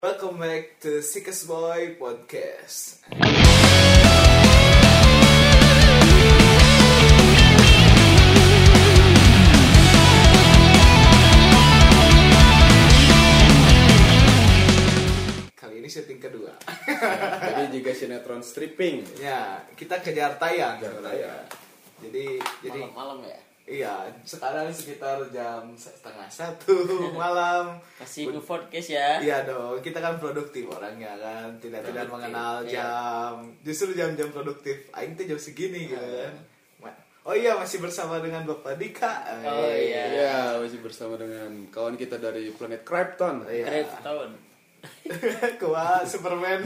Welcome back to Sikas Boy Podcast. Kali ini syuting kedua. Jadi juga sinetron stripping. Ya, kita kejar tayang. Jadi malam ya. iya, sekarang sekitar jam 12:30 malam. Kasih new podcast ya. Iya dong, kita kan produktif orangnya kan, tidak mengenal jam. Justru jam-jam produktif. Aing teh jam segini gitu kan. Oh iya, masih bersama dengan Bapak Dika. Oh iya. Iya, masih bersama dengan kawan kita dari planet Krypton. Krypton. Kuat Superman.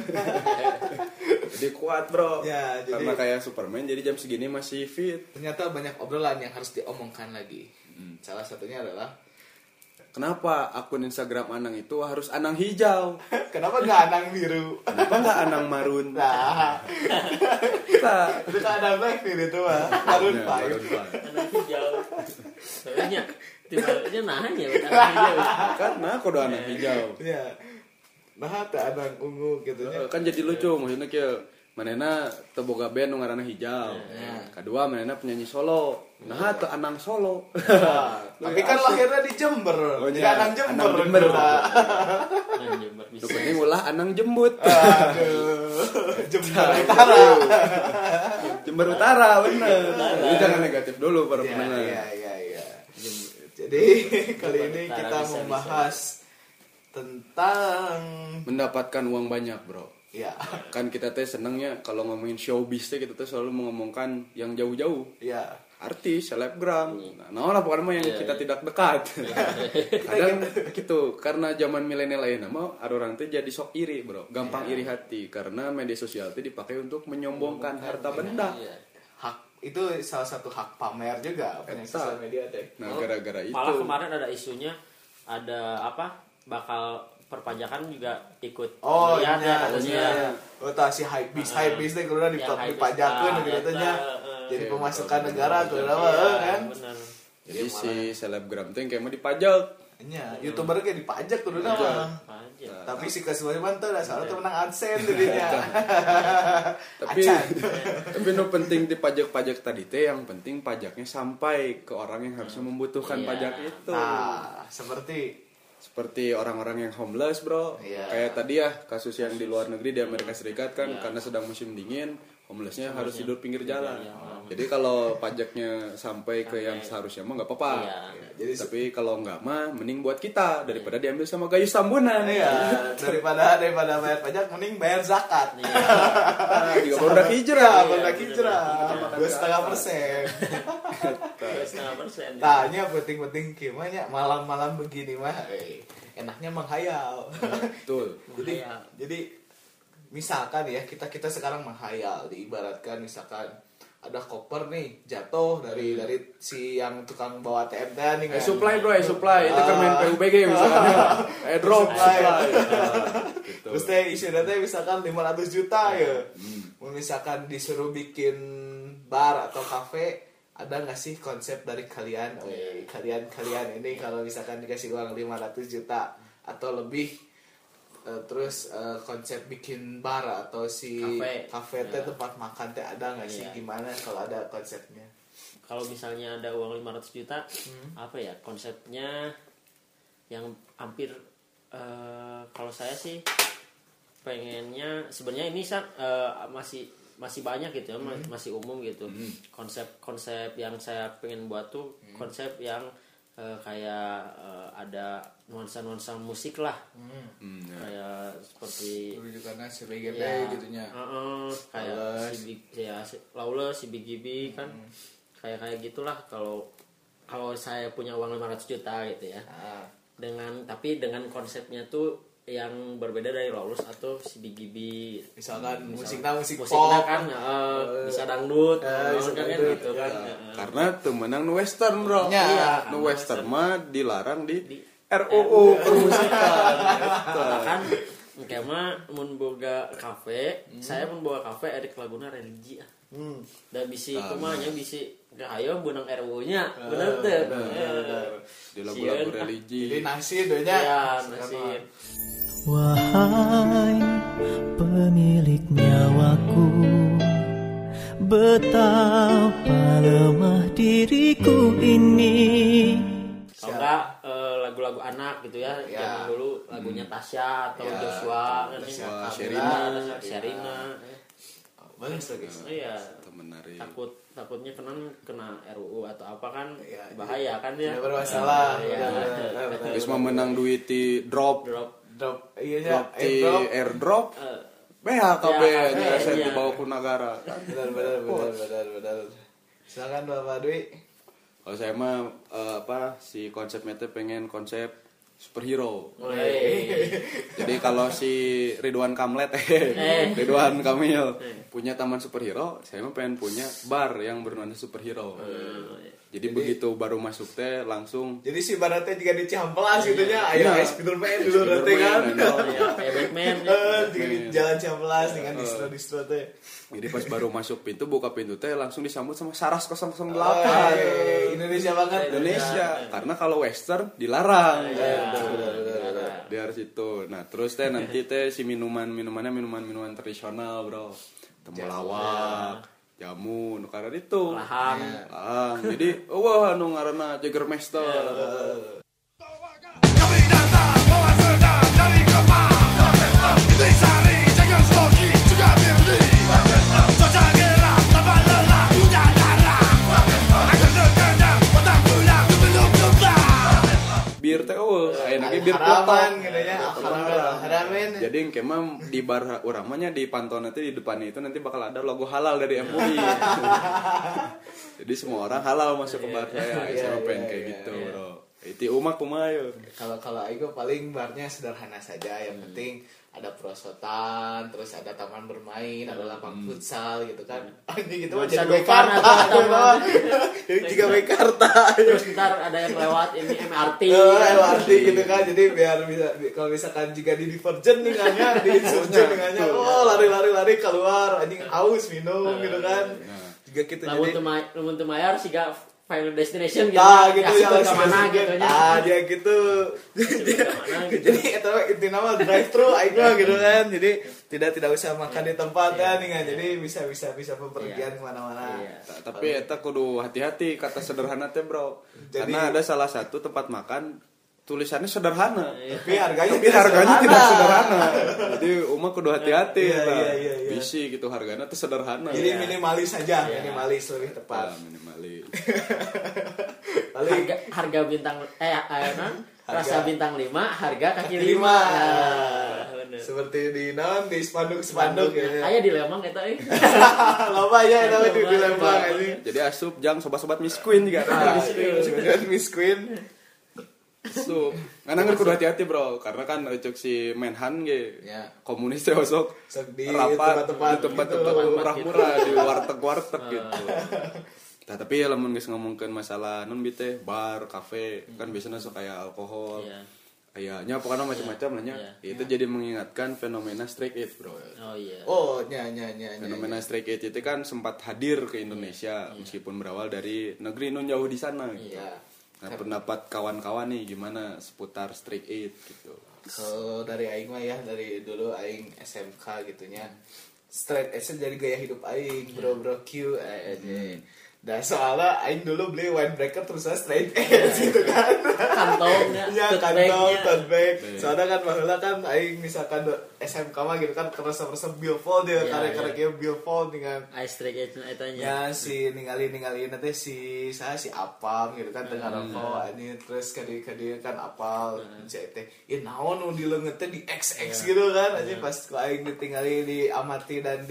Jadi kuat, Bro. Ya, jadi Karena kayak Superman jadi jam segini masih fit. ternyata banyak obrolan yang harus diomongkan lagi. Salah satunya adalah Kenapa akun Instagram Anang itu harus Anang hijau? kenapa nggak Anang biru? Kenapa nggak Anang marun? Nah, Kita itu kan ada black nih itu mah. Harun Ya, Pai. Maroon five. Anak hijau. Soalnya tiba-tiba nahan ya bukan anak hijau. Karena aku udah Anang hijau. Iya. Nah, teh Anang ungu gitu nya. Kan jadi lucu, maksudnya kayak manena teboga band nu ngaranna hijau. Kedua manena penyanyi solo. Nah, teu Anang solo. Tapi kan lahirnya di Jember. Oh, Jadi iya. Anang Jember. Anang Jember. Nah. Nah, Jember bisa. Nu penting ulah Anang jembut. Aduh. Jember Utara. Jember Utara bener. Jadi jangan negatif dulu para pendengar. Iya. Jadi kali ini Utara kita bisa. membahas tentang Mendapatkan uang banyak, Bro. ya, Kan kita teh senengnya kalau ngomongin showbiz teh kita tuh selalu mengomongkan yang jauh-jauh. ya. Artis, selebgram. Nah lah pokoknya mah yang kita tidak dekat. Kadang gitu, karena zaman milenial lain mah ada orang teh jadi sok iri, Bro. Gampang iri hati karena media sosial teh dipakai untuk menyombongkan harta benda. Iya. Hak itu salah satu hak pamer juga punya sosial media teh. Nah, gara-gara itu Malah kemarin ada isunya ada apa? Bakal perpajakan juga ikut Oh melihat iya, katanya. oh tah si hypebeast teh kudu dipajakeun gitu nya. Jadi pemasukan negara kudu kan. Benar. jadi si selebgram teh kayak mah dipajak. Nya, YouTuber ge dipajak kudu mah. Pajak. Tapi si Kaswaman tuh soalnya tuh menang AdSense jadinya. Tapi Acan. tapi nu penting di pajak-pajak tadi teh yang penting pajaknya sampai ke orang yang harusnya membutuhkan Iya. pajak itu. Nah, seperti Orang-orang yang homeless, Bro. Iya. Kayak tadi ya kasus yang di luar negeri di Amerika Serikat kan karena sedang musim dingin, homelessnya harus tidur pinggir jalan. Jadi kalau pajaknya sampai ke yang seharusnya mah nggak apa-apa. Iya. Jadi Tapi kalau nggak mah mending buat kita daripada diambil sama Gayus Tambunan. iya, daripada bayar pajak mending bayar zakat. Juga produk hijrah. Produk hijrah 2,5%. 2,5%. Tanya penting-penting gimana malam-malam begini mah enaknya menghayal. Betul. Jadi misalkan ya kita sekarang menghayal, diibaratkan misalkan ada koper nih jatuh dari si yang tukang bawa TMT nih kan. Supply, Bro, supply. Itu kan main PUBG misalnya. Drop supply. Gitu. Terus teh isinya teh misalkan 500 juta ya. Misalkan disuruh bikin bar atau kafe, ada nggak sih konsep dari kalian? Kalian ini kalau misalkan dikasih uang 500 juta atau lebih, terus konsep bikin bar atau si kafe teh tempat makan teh ada nggak sih? Gimana kalau ada konsepnya? Kalau misalnya ada uang 500 juta, apa ya konsepnya yang hampir kalau saya sih pengennya sebenarnya ini masih banyak gitu ya, masih umum gitu. Konsep yang saya pengen buat tuh konsep yang kayak ada nuansa musik lah. Kayak seperti Rujukannya CBGB ya, gitunya. kayak si Lawless, si BGB kan kayak gitulah kalau saya punya uang 500 juta gitu ya. Tapi dengan konsepnya tuh yang berbeda dari Lawless atau si BGB. Misalkan musiknya musik musiknya pop kan bisa dangdut, bisa kan dangdut, gitu kan. Karena tuh menang nu western, Bro. Ya. Nu western mah dilarang di RUU permusikan. Kan kayak mah mun boga kafe, saya mun boga kafe edik laguna religi ah. Dan bisi kumanya bisi ayo benang RU-nya. Bener teh. Di lagu-lagu religi. Jadi nasir doanya. Ya, nasir. Wahai pemilik nyawaku, betapa lemah diriku ini. Kalau enggak lagu-lagu anak gitu ya, zaman dulu lagunya Tasya atau Joshua, Sherina. Bagus guys. Iya. Menarik. Takutnya kena RUU atau apa kan bahaya kan ya. Tidak bermasalah. Terus mau menang duit di drop Iya di airdrop. BHKB nya saya dibawa ke negara. Benar. Silakan Bapak Dwi. Kalau saya mah si konsepnya tuh pengen konsep superhero. Jadi kalau si Ridwan Kamlet Ridwan Kamil punya taman superhero, saya mah pengen punya bar yang bernuansa superhero. Jadi begitu baru masuk teh langsung. Jadi si baratnya juga di Cihampelas gitu nya. Ayo Spiderman dulu nanti kan. Kayak Batman. Di jalan Cihampelas dengan distro teh. Jadi pas baru masuk pintu, buka pintu teh langsung disambut sama Saras 008. Indonesia banget. Indonesia. Karena kalau western dilarang. Benar. Di harus itu. Nah, terus teh nanti teh si minuman-minumannya minuman tradisional, Bro. Temulawak, jamu, nu karena itu. Lahang. Jadi wah anu ngaranna Jägermeister. Kami datang bawa sedang dari Kemang. Disari jaga slogi juga birdi. Cuaca gerah tanpa lelah hujan darah. Akan terkadang petang pulang sebelum tumbang. Bir teh aya ge bir haraman putih. gitu ya. Haramen. Jadi kemam di bar urang mah nya di pantun nanti di depannya itu nanti bakal ada logo halal dari MUI. Jadi semua orang halal masuk ke bar saya. Saya pengen kayak gitu, Bro. Itu umak kumaha. Kalau Aigo paling barnya sederhana saja, yang penting ada perosotan, terus ada taman bermain, ada lapang futsal gitu kan. Anjing gitu mah jadi Mekarta. Jadi juga Mekarta. Terus ntar ada yang lewat ini MRT. MRT gitu kan. Jadi biar bisa kalau misalkan juga di Divergent nih ngannya, di Insurgent ngannya, lari keluar anjing haus minum gitu kan. Juga gitu jadi. Lamun teu mayar siga Final Destination gitu. Gitu ya kemana gitu nya. Dia gitu. Jadi itu intinya mah drive thru aing mah gitu kan. Jadi tidak usah makan di tempat kan nih kan. Jadi bisa bepergian kemana mana. Tapi eta kudu hati-hati kata sederhana teh, Bro. Karena ada salah satu tempat makan tulisannya sederhana. Tapi harganya tidak sederhana. Jadi umat kudu hati-hati lah. Iya. Bisi gitu harganya tuh sederhana. Jadi minimalis saja, minimalis lebih tepat. Minimalis. Paling harga bintang rasa bintang 5, harga kaki 5. Seperti di spanduk ya. Aya di Lembang eta Loba ya eta di Lembang anjing. Jadi asup jang sobat-sobat Miss Queen juga. Miss Queen. So, nganangeur kudu hati-hati, Bro, karena kan cek si Menhan ge komunis teh osok di rapat tempat-tempat murah-murah di warteg gitu. Nah, tapi lamun geus ngomongkeun masalah non teh bar, kafe, kan biasanya sok kayak alkohol. Nya pokoknya macam-macam lah nya. Itu jadi mengingatkan fenomena straight edge, Bro. Oh iya. Fenomena straight edge itu kan sempat hadir ke Indonesia meskipun berawal dari negeri non jauh di sana gitu. Nah, pendapat kawan-kawan nih gimana seputar straight edge gitu. Kalau dari aing mah ya, dari dulu aing SMK gitunya. Straight edge jadi gaya hidup aing, bro Q Dan soalnya aing dulu beli windbreaker terus straight edge gitu kan. Kantongnya. Tote bag. Soalnya kan baheula kan aing misalkan SMK mah gitu kan kerasa-kerasa billfold dia karya-karya billfold dengan straight edge eta nya. Ya si ningali nanti si Apam gitu kan tengah rokok ini terus kadi kan apal CT. Naon nu di leungeut teh di XX gitu kan aja pas ku aing ditinggali diamati dan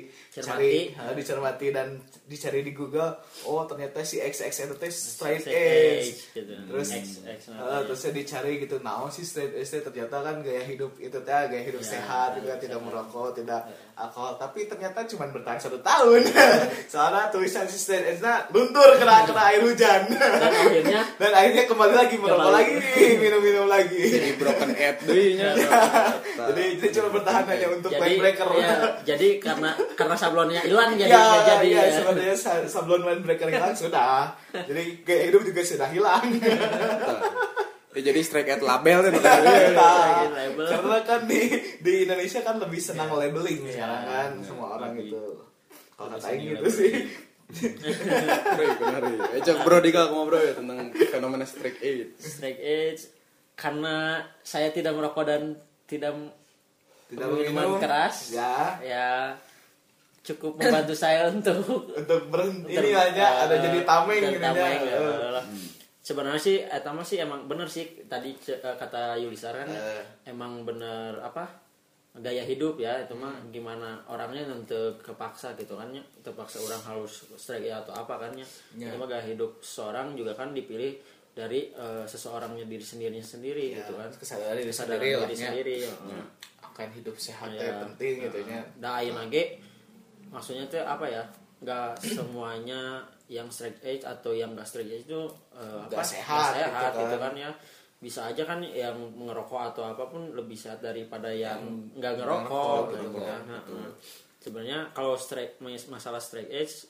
dicermati dan dicari di Google. Oh ternyata si XX itu teh straight edge gitu. Terus terus saya dicari gitu naon si straight edge ternyata kan gaya hidup itu teh gaya hidup sehat juga tidak merokok tidak alkohol tapi ternyata cuma bertahan 1 tahun. Soalnya tulisan si straight edge luntur kena air hujan dan akhirnya kembali lagi merokok lagi minum lagi jadi broken edge deui nya. Jadi cuma bertahan hanya untuk windbreaker. Jadi karena sablonnya hilang jadi sebenarnya sablon windbreaker hilang sudah. Jadi gaya hidup juga sudah hilang. jadi strike at label kan. Nah, label. karena kan di Indonesia kan lebih senang labeling sekarang kan semua orang Lebih. gitu. Kalau Lebih katain senang gitu labeling. sih. Benar. Cek bro Dika ngomong bro ya tentang fenomena strike edge. Strike edge karena saya tidak merokok dan tidak minum keras. Ya. Cukup membantu saya untuk Berhenti ini aja ada jadi tameng dan gitu tameng, ya. ya. Sebenarnya sih etama sih emang bener sih tadi kata Yulisar kan emang bener apa gaya hidup ya itu mah gimana orangnya untuk kepaksa gitu kan ya terpaksa orang harus strike atau apa kan ya itu mah gaya hidup seseorang juga kan dipilih dari seseorangnya diri sendiri Ya, gitu kan kesadaran diri kesadaran sendiri lah diri ya. sendiri ya. Akan hidup sehat Ya, penting gitu nya. da ayeuna ge maksudnya tuh apa ya nggak semuanya yang straight edge atau yang nggak straight edge itu Nggak sehat gitu kan ya bisa aja kan yang ngerokok atau apapun lebih sehat daripada yang nggak ngerokok gitu kan. Sebenarnya kalau masalah straight edge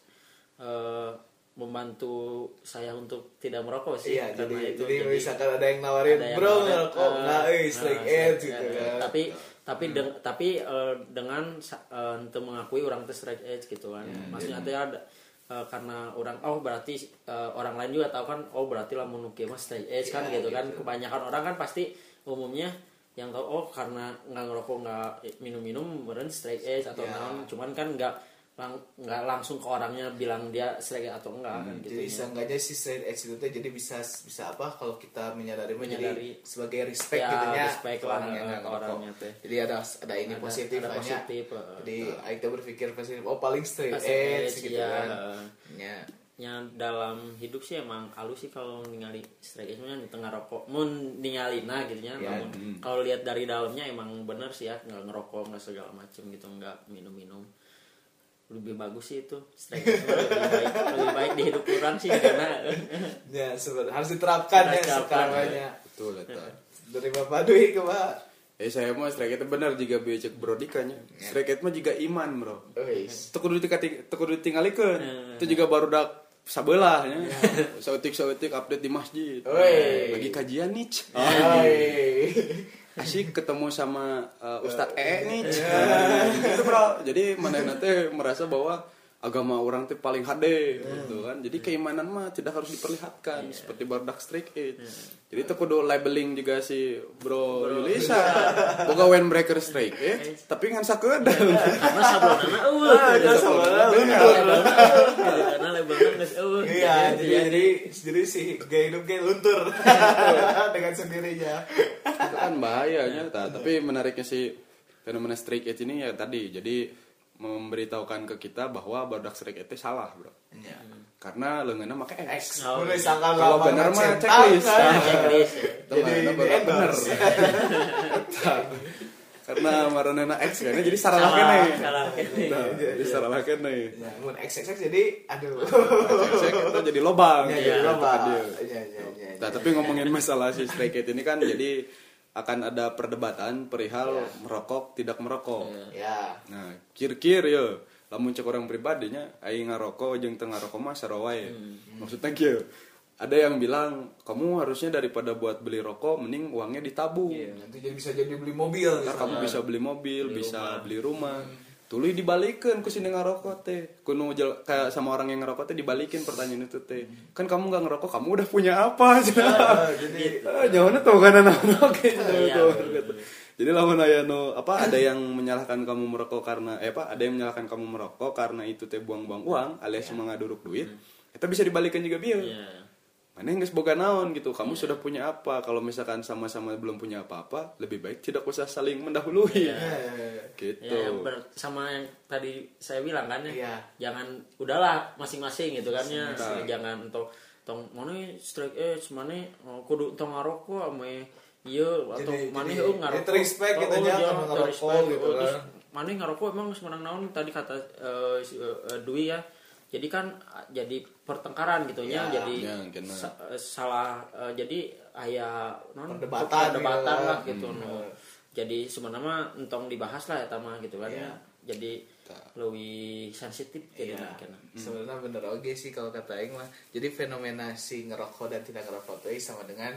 membantu saya untuk tidak merokok sih Iya, karena jadi misalkan ada yang nawarin ada yang bro nawarin, ngerokok nggak straight edge gitu kan. tapi dengan untuk mengakui orang itu straight edge gitu kan maksudnya teh ada karena orang berarti orang lain juga tahu kan berarti lah menuki mah straight edge kan gitu kan kebanyakan orang kan pasti umumnya yang tahu karena nggak ngerokok nggak minum beren straight edge atau naon cuman kan nggak langsung ke orangnya bilang dia straight edge atau enggak kan gitu. Jadi seenggaknya si straight edge itu jadi bisa apa kalau kita menyadari sebagai respect ya, gitu ya respect ke lah orang yang nggak orangnya ngerokok. teh. Jadi ada ini positif ada banyak. positif, Jadi kita berpikir positif paling straight Straight edge gitu ya, kan. Ya. dalam hidup sih emang halus sih kalau ningali straight edge nya di tengah rokok mun ningalina gitu nya kalau lihat dari dalamnya emang bener sih ya nggak ngerokok nggak segala macem gitu nggak minum lebih bagus sih itu straight edge lebih baik di hidup orang sih karena Ya sebenarnya harus diterapkan ya sekarang banyak. Betul eta. Dari Bapak Dwi ke Pak. Saya mah strike itu benar jika bieu cek bro Dika nya. Strike itu mah juga iman bro. Teu kudu ditingalikeun. Itu juga baru dak sabelah nya. Sautik update di masjid. Lagi kajian nih. Asik ketemu sama Ustadz nih. Gitu bro. Jadi manehna teh merasa bahwa agama orang teh paling HD gitu kan. Jadi keimanan mah tidak harus diperlihatkan seperti barudak strike edge. Jadi itu kudu labeling juga si Bro Yulisa. Boga windbreaker strike edge tapi ngan sakeudang. karena sablonana eueuh karena labelnya geus eueuh Iya, jadi si gaya hidup kayak luntur dengan sendirinya. Itu kan bahayanya tapi menariknya si fenomena strike edge ini ya tadi jadi memberitahukan ke kita bahwa barudak strike edge salah bro. Iya. Karena leungeunna make X. Misalkan Kalau bener mah checklist. Checklist. Bener. Karena maranena X kan jadi salah kene. Jadi salah kene. Ya, mun XX jadi aduh. Kita jadi lobang. Ya, lobang. Ya. Nah, tapi ngomongin masalah si strike edge ini kan jadi akan ada perdebatan perihal merokok tidak merokok. Ya. Nah, kir-kir ya, lamun cek orang pribadinya aing ngarokok jeung teu ngarokok mah sarua wae. Maksudnya kieu. Ada yang bilang kamu harusnya daripada buat beli rokok mending uangnya ditabung. Nanti bisa jadi beli mobil. Ntar kamu bisa beli mobil, bisa beli rumah. Tuluy dibalikeun ku sini ngarokok teh. Kuno kayak sama orang yang ngerokok teh dibalikin pertanyaan itu teh. Kan kamu enggak ngerokok, kamu udah punya apa? Jadi jangan tuh kan anak-anak gitu. Jadi lamun aya ada yang menyalahkan kamu merokok karena ada yang menyalahkan kamu merokok karena itu teh buang-buang uang alias cuma ngaduruk duit. Eta bisa dibalikin juga bieu. Mana yang geus boga naon gitu. Kamu sudah punya apa? Kalau misalkan sama-sama belum punya apa-apa, lebih baik tidak usah saling mendahului. Gitu. Ya, sama yang tadi saya bilang kan ya. Jangan udahlah masing-masing gitu kan ya. Jangan tong mana strike edge, mana kudu tong ngarokok ame ieu atau mana ngarokok. Respect gitu nya sama ngarokok gitu kan. Mana ngarokok emang semenang naon tadi kata Dwi ya. Jadi kan jadi pertengkaran gitu nya jadi salah jadi aya perdebatan lah gitu jadi sebenarnya entong dibahas lah ya tama gitu kan jadi lebih sensitif gitu sebenarnya bener oke sih kalau kata aing mah jadi fenomena si ngerokok dan tidak ngerokok itu sama dengan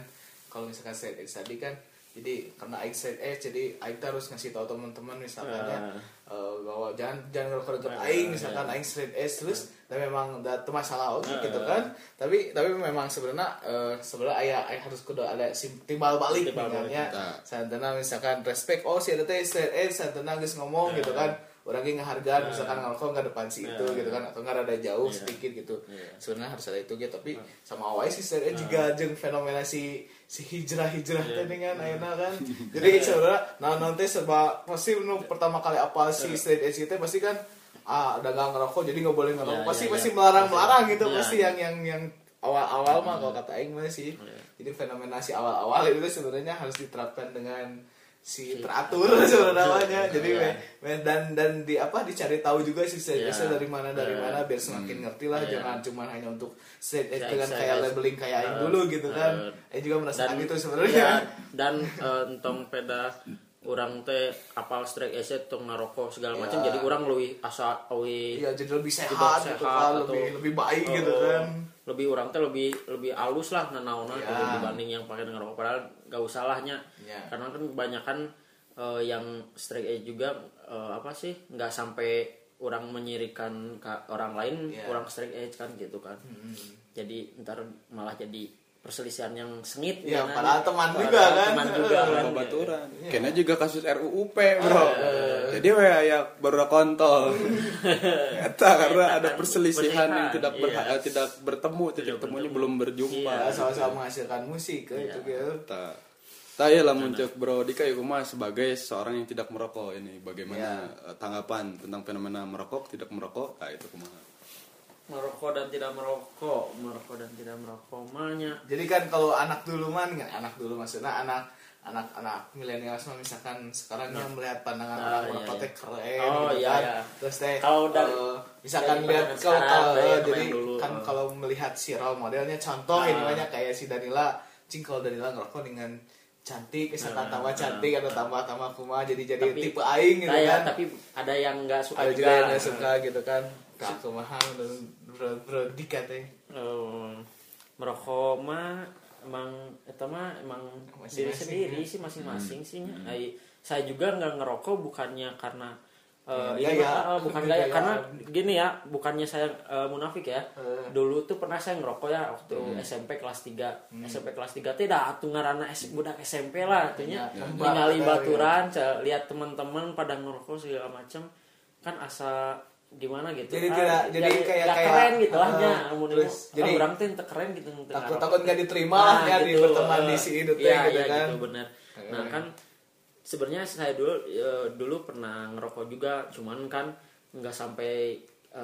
kalau misalkan straight edge tadi kan, jadi karena aing straight edge jadi aing harus ngasih tahu teman-teman misalkannya bahwa jangan ngerokok deket aing, misalkan aing straight edge terus dan memang itu masalah gitu kan, tapi memang sebenarnya ayah harus kudu ada timbal balik misalnya santana misalkan respect si ada teh straight edge santana geus ngomong gitu kan, orangnya ngehargaan misalkan ngerokok nggak depan si itu gitu kan, atau nggak ada jauh sedikit gitu, sebenarnya harus ada itu gitu. Tapi sama awalnya si straight edge juga jeung fenomena si hijrah tadi kan ayeuna kan, jadi sebenarnya nanti serba pasti pertama kali apa si straight edge itu pasti kan dagang ngerokok jadi nggak boleh ngerokok, pasti melarang gitu, pasti yang awal mah kalau kata aing mah sih. Jadi fenomena si awal itu sebenarnya harus diterapkan dengan si teratur sebenarnya. Jadi dan dicari tahu juga si straight edge dari mana biar semakin ngerti lah, jangan cuma hanya untuk straight edge dengan kayak labeling kayak aing dulu gitu kan. Aing juga merasakan itu sebenarnya. Dan entong peda orang teh apal straight edge tong ngarokok segala macam, jadi orang lebih jadi lebih sehat gitu kan, lebih baik gitu kan. Lebih orang teh lebih halus lah nanaona dibanding yang pakai ngerokok, padahal gak usah lahnya. Karena kan kebanyakan yang straight edge juga nggak sampai orang menyirikan ke orang lain orang straight edge kan gitu kan. Jadi ntar malah jadi perselisihan yang sengit padahal teman juga kan baturan kena juga kasus RUU bro. Jadi aya baru kontol eta karena ada perselisihan yang tidak bertemu, titik temunya belum berjumpa. Sama-sama menghasilkan musik itu gitu. Saya lah muncul bro Dika Yukuma sebagai seorang yang tidak merokok ini, bagaimana tanggapan tentang fenomena merokok tidak merokok? Itu kumaha? Merokok dan tidak merokok mahnya. Jadi kan kalau anak dulu maksudnya anak milenial semua misalkan sekarang yang melihat pandangan orang merokok teh keren gitu kan. Terus teh kalau misalkan lihat jadi kan kalau melihat si role modelnya contoh ini banyak kayak si Danila, kalau Danila ngerokok dengan cantik, misalkan tambah cantik atau tambah kumaha jadi tapi, tipe aing gitu kan. Tapi ada yang enggak suka ada juga. Ada yang suka gitu kan. Kumaha bro Dika teh. Merokok mah emang diri sendiri sih masing-masing sih. Saya juga enggak ngerokok bukannya karena bukan gaya karena gini ya, bukannya saya munafik ya. Dulu tuh pernah saya ngerokok ya waktu SMP kelas 3. SMP kelas 3 teh dah atuh ngaranna budak SMP lah atunya. Ningali baturan, lihat teman-teman pada ngerokok segala macam kan asa gimana gitu. Jadi kayak keren gitu lah nya. Jadi orang teh keren gitu. Takut enggak diterima lah ya di pertemanan di si hidup teh gitu kan. Gitu benar. Nah kan sebenarnya saya dulu pernah ngerokok juga, cuman kan nggak sampai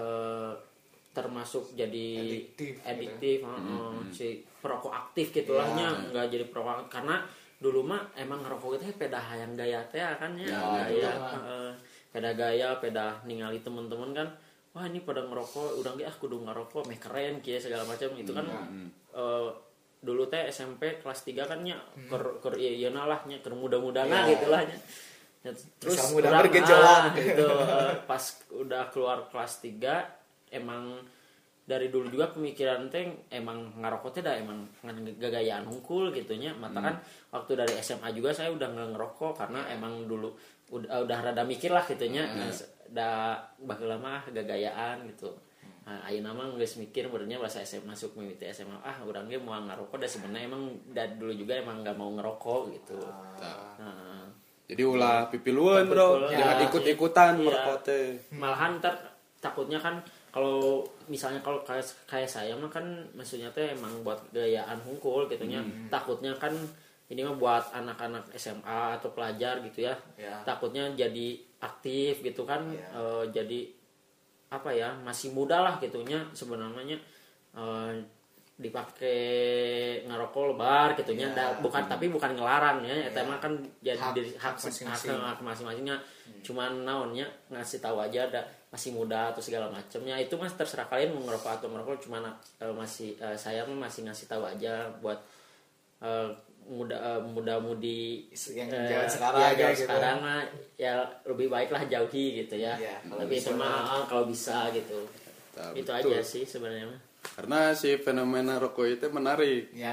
termasuk jadi adiktif si perokok aktif gitulahnya, nggak jadi perokok karena dulu mah emang ngerokok itu peda hayang gaya teh kan ya, peda gaya, peda ningali temen-temen kan, wah ini pada ngerokok, udah nggak kudu ngerokok, meh keren kia segala macam itu kan. Dulu teh SMP kelas 3 kan nya keur ieu-ieuna lah nya keur muda-mudana gitu lah nya. Terus muda bergejolak gitu. Pas udah keluar kelas 3 emang dari dulu juga pemikiran teh emang ngarokok teh dah emang gagayaan hungkul gitu nya. Mata kan waktu dari SMA juga saya udah enggak ngerokok karena emang dulu udah rada mikir lah gitu nya. Da baheula mah gagayaan gitu. Nah, ayeuna mah geus mikir benernya bahasa SMA masuk mimiti SMA urang ge moal ngarokok da sebenarnya emang dari dulu juga emang enggak mau ngerokok gitu. Jadi ulah pipiluan bro, jangan ikut-ikutan merokok teh. Malahan takutnya kan kalau misalnya kalau kayak saya mah kan maksudnya teh emang buat gayaan hungkul gitu nya. Takutnya kan ini mah buat anak-anak SMA atau pelajar gitu ya. Takutnya jadi aktif gitu kan, jadi apa ya, masih muda lah gitunya sebenarnya dipakai ngerokok lebar gitunya, tapi bukan ngelarang ya, eta mah kan jadi hak masing-masingnya. Cuman naonnya ngasih tahu aja ada masih muda atau segala macamnya, itu mas terserah kalian mau ngerokok atau merokok, cuman saya mah masih ngasih tahu aja buat muda-mudi yang jalan sekarang gitu. Sekarang mah ya lebih baiklah jauhi gitu ya. Tapi itu mah kalau bisa gitu. Itu aja sih sebenarnya mah. Karena si fenomena rokok itu menarik.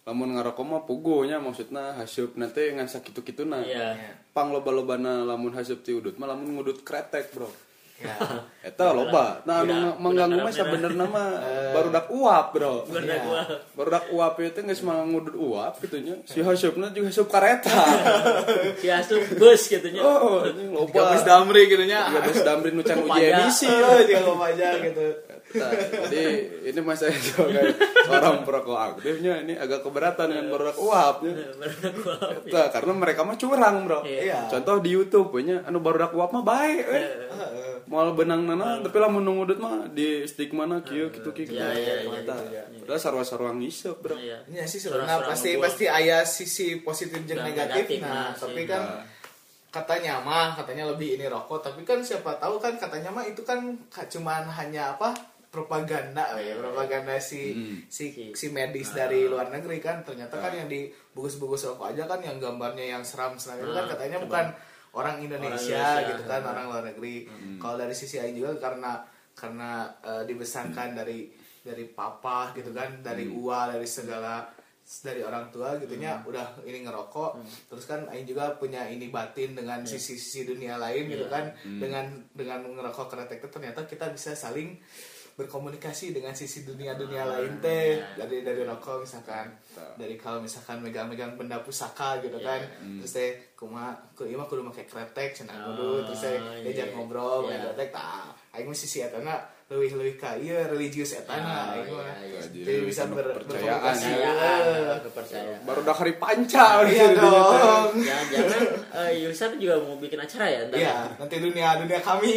lamun ngarokok mah pugunya maksudna haseup nanti ngan sakitu-kituna. Iya. Pang loba-lobana lamun haseup ti udut mah lamun ngudut kretek, Bro. Ya. Eta loba. Nah, anu mengganggu mah sabenerna mah barudak uap, Bro. Barudak uap itu geus mah ngudut uap gitunya. Si haseupna juga haseup kareta. Si asup bus gitu nya. Oh, anjing loba. Gabus damri gitu nya. Gabus damri nu can uji Pajak. emisi. Oh, dia ngomong aja gitu. Nah, jadi ini mas saya sebagai seorang perokok aktifnya ini agak keberatan dengan barudak uap ya. Nah, karena mereka mah curang, Bro. Iya. Contoh di YouTube nya anu barudak uap mah baik moal benang nana tapi lamun nungudut mah di stick mana kieu kitu kieu. Iya. Padahal sarua-sarua ngisep, Bro. Iya. Ini sih sebenarnya pasti aya sisi positif jeung Dan negatif. negatif, Nah, nah, tapi sih. kan katanya lebih ini rokok, tapi kan siapa tahu kan katanya mah itu kan cuman hanya apa? Propaganda ya, propaganda si medis dari luar negeri kan. Ternyata kan yang di bungkus-bungkus rokok aja kan yang gambarnya yang seram-seram itu kan katanya bukan orang Indonesia gitu kan, orang luar negeri. Kalau dari sisi lain juga karena dibesarkan dari papa gitu kan, dari dari segala dari orang tua gitunya udah ini ngerokok, terus kan Aing juga punya ini batin dengan sisi dunia lain gitu kan, dengan ngerokok kretek itu ternyata kita bisa saling berkomunikasi dengan sisi dunia lain teh dari rokok misalkan, dari kalau misalkan megang benda pusaka gitu kan, terus teh kumaha kudu make kretek cenah kudu, terus teh diajak ngobrol main kretek tah aing mah sisi etana leuwih ka ieu religius etana aing mah jadi bisa berkomunikasi Kepercayaan. Baru dah hari panca iya dong. Jangan Yusan juga mau bikin acara ya ntar. Iya, nanti dunia kami.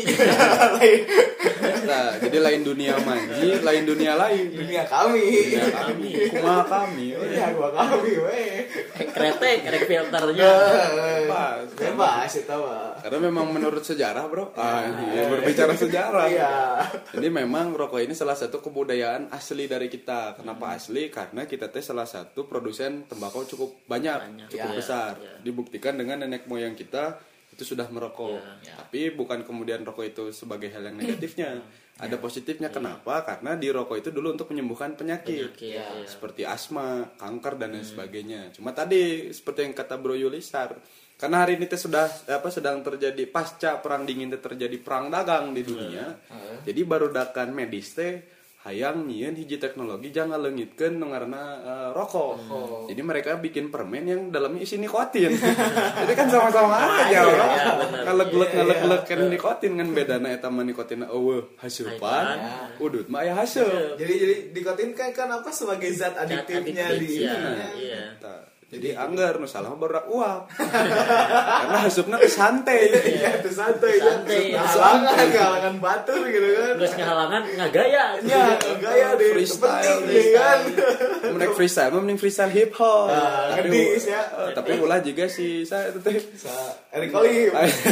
Nah, jadi lain dunia manji, lain dunia lain. Dunia kami. Kumaha kami. Iya, gua kami we. Kretek, filternya. Bebas itu mah. Karena memang menurut sejarah, Bro. Berbicara sejarah. Iya. Jadi memang rokok ini salah satu kebudayaan asli dari kita. Kenapa asli? Karena kita teh salah satu produsen tembakau cukup banyak. Cukup besar. Dibuktikan dengan nenek moyang kita itu sudah merokok. Tapi bukan kemudian rokok itu sebagai hal yang negatifnya. Ada positifnya. Kenapa? Karena di rokok itu dulu untuk menyembuhkan penyakit. Seperti asma, kanker dan lain sebagainya. Cuma tadi seperti yang kata Bro Yulisar, karena hari ini teh sedang terjadi pasca perang dingin teh terjadi perang dagang di dunia. Jadi barudakan medis teh hayang nyieun hiji teknologi jangan leungitkeun nu ngaranna rokok. Jadi mereka bikin permen yang dalamnya isi nikotin. Jadi kan sama-sama aja, Bro. Ngaleg-leg kan nikotin kan bedana eta mah nikotinna eueuh haseupan, udut mah aya haseup. Jadi nikotin kan apa sebagai zat adiktifnya di Iya. Jadi anggar nu salah barudak uap. Karena hasupna teh santai. Iya, itu santai ya. Halangan batur gitu kan. Geus ngahalangan ngagaya. Ya, gaya deh. Freestyle Penting kan. Mending freestyle, mending freestyle hip hop. Ngedis ya. Tapi ulah juga si saya itu teh. Eric Olim.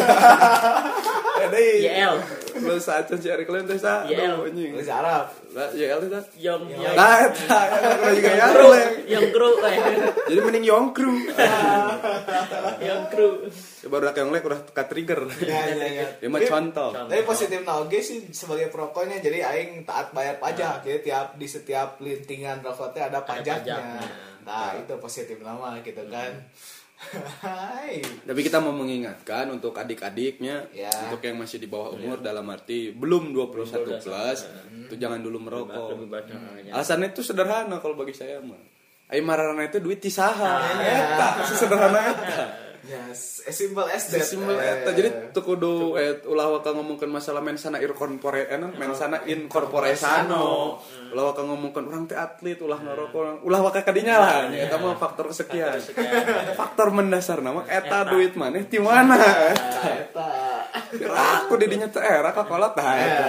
Deui. YL. Lu saat si Eric Olim teh sa. YL. Anjing. Bahasa Arab. Lah YL teh sa. Yang Nah, eta juga ya. kru. Jadi mending Yong Crew. Yang kru. Baru yang lek udah ka trigger. Ya. Dia mah contoh. Tapi positifnya oke sih sebagai perokoknya, jadi aing taat bayar pajak. Jadi di setiap lintingan rokoknya ada pajaknya. Nah, itu positif lama gitu kan. Hai. Tapi kita mau mengingatkan untuk adik-adiknya, untuk yang masih di bawah umur dalam arti belum 21 plus, itu jangan dulu merokok. Alasannya itu sederhana kalau bagi saya mah. Ai mararana itu duit ti saha. Eta sesederhana eta. Yes, as simple as that. Simpel eta. Jadi teu kudu ulah waka ngomongkeun masalah mensana mensana incorporesano. Ulah waka ngomongkeun urang teh atlet ulah ngarokok, ulah waka kadinya lah. Eta mah faktor kesekian. Faktor mendasarna mah eta duit maneh ti mana eta. Aku di dinya teh era kakolot tah eta.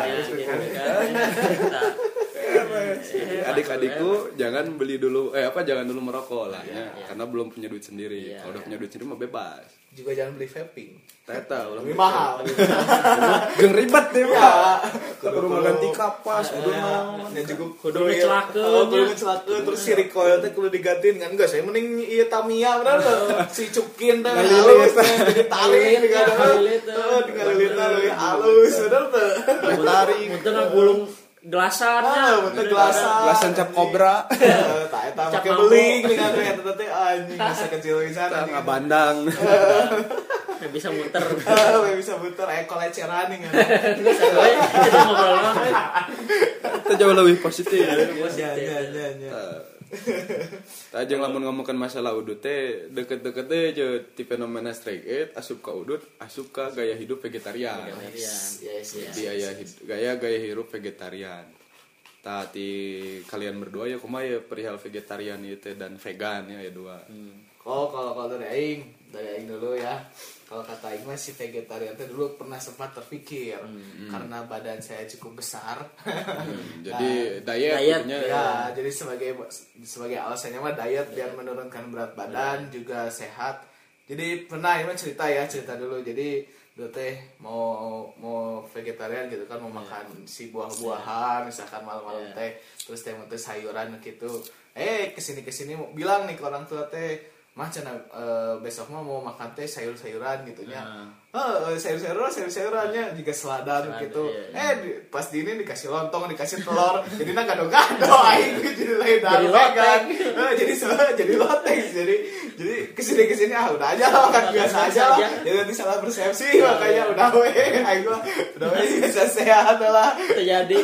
Adik-adikku jangan beli dulu jangan dulu merokok lah karena belum punya duit sendiri. Kalau udah punya duit sendiri mah bebas. Juga jangan beli vaping. Teta ulah Lebih mahal. Geng ribet deh Pak. Kudu ganti kapas, kudu naon. Dan juga Kudu ngecelakeun. Terus si recoil teh kudu digantiin kan. Enggak, saya mending ieu Tamiya bener tuh. Si Cukin teh Ngalilit. ditarik digana. Tuh, digalilit leuwih halus bener tuh. Untung gulung Gelasannya. bentuk gelasan cap kobra. tak eta Cap make mambo. beling dengan eta teh anjing masa kecil pisan Nggak bandang. Nggak bisa muter. bisa muter koleceran nih Kita ngobrol Itu jauh lebih positif. ya. Tah jeung lamun ngomongkeun masalah udut teh deket-deket teh je ti fenomena strike it asup ka udut asup ka gaya hidup vegetarian. Yes. Gaya hidup vegetarian. Tah ti kalian berdua ya kumaha ya perihal vegetarian ieu teh dan vegan ya dua. Kalau dari aing dulu ya. Kalau kata aing mah si vegetarian teh dulu pernah sempat terpikir karena badan saya cukup besar. Jadi diet punya ya, jadi sebagai alasannya mah diet biar menurunkan berat badan juga sehat. Jadi pernah ini cerita dulu. Jadi dulu teh mau vegetarian gitu kan, mau makan si buah-buahan misalkan malam-malam teh, terus teh sayuran gitu. Kesini mau bilang nih ke orang tua teh, mah cenah besok mah mau makan teh sayur-sayuran gitunya. Sayur-sayurannya juga selada gitu. Iya. Pas di ini dikasih lontong, dikasih telur. Jadi gado-gado aing jadi lain kan. Jadi loteng. Jadi kesini udah aja lah makan biasa aja lah. Jadi nanti salah persepsi makanya udah aing udah biasa sehat lah. Jadi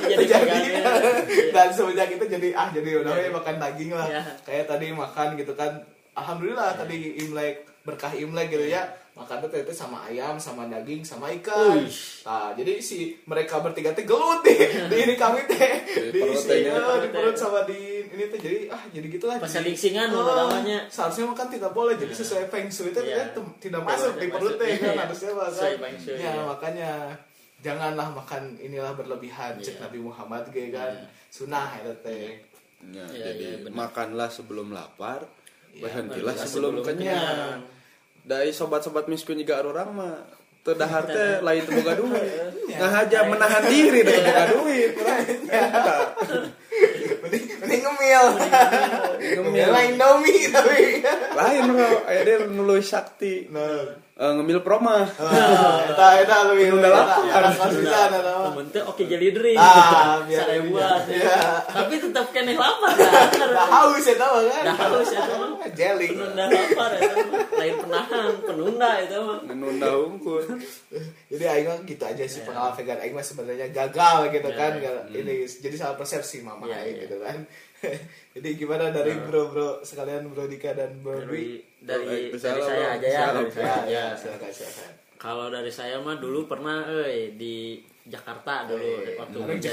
Dan semenjak itu jadi udah makan daging lah. Ya. Kayak tadi makan gitu kan. Alhamdulillah tadi berkah Imlek gitu ya. Makan itu sama ayam, sama daging, sama ikan. Nah, jadi si mereka bertiga teh gelut nih. Di ini kami teh di perut sama di ini teh jadi gitulah. Pas lingsingan namanya. Seharusnya makan tidak boleh. Jadi sesuai feng shui teh tidak masuk di perut teh kan harusnya makan. Ya, makanya janganlah makan inilah berlebihan. Cek Nabi Muhammad ge kan. Sunah eta teh. Jadi makanlah sebelum lapar. Berhentilah sebelum kenyang. Dari sobat-sobat miskin juga orang mah teu dahar teh lain teu boga duit. Ngahaja menahan diri teu boga duit. Mending ngemil. Lain Indomie tapi. Lain bro, aya dia nuluy sakti. Ngemil proma. Eta leuwih udah lapar. Anak kasisan eta mah. Temen teh oke jadi drink. Biar buat. Tapi tetap keneh lapar Dah haus eta mah kan. Dah haus eta mah. Jelly. Penunda lapar eta mah. Lain penahan, penunda eta mah. Menunda unggul. Jadi aing mah gitu aja sih pengalaman vegan aing mah sebenarnya gagal gitu kan. Ini jadi salah persepsi mama aing gitu kan. Jadi gimana dari bro sekalian Bro Dika dan Bro Dwi? Dari saya aja ya. Ya, silakan. Kalau dari saya mah dulu pernah di Jakarta dulu waktu kerja